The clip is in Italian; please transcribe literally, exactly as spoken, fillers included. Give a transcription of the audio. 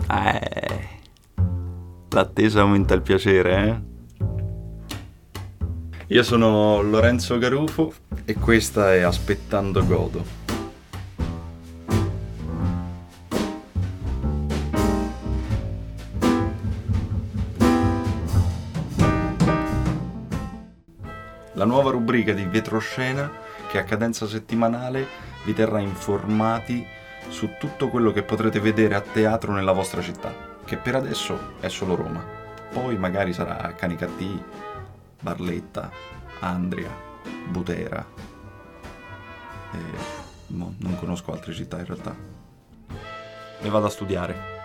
Eh, l'attesa aumenta il piacere, eh? Io sono Lorenzo Garufo e questa è Aspettando Godo. La nuova rubrica di Vetroscena che a cadenza settimanale vi terrà informati su tutto quello che potrete vedere a teatro nella vostra città, che per adesso è solo Roma. Poi magari sarà Canicattì, Barletta, Andria, Butera e no, non conosco altre città in realtà. E vado a studiare.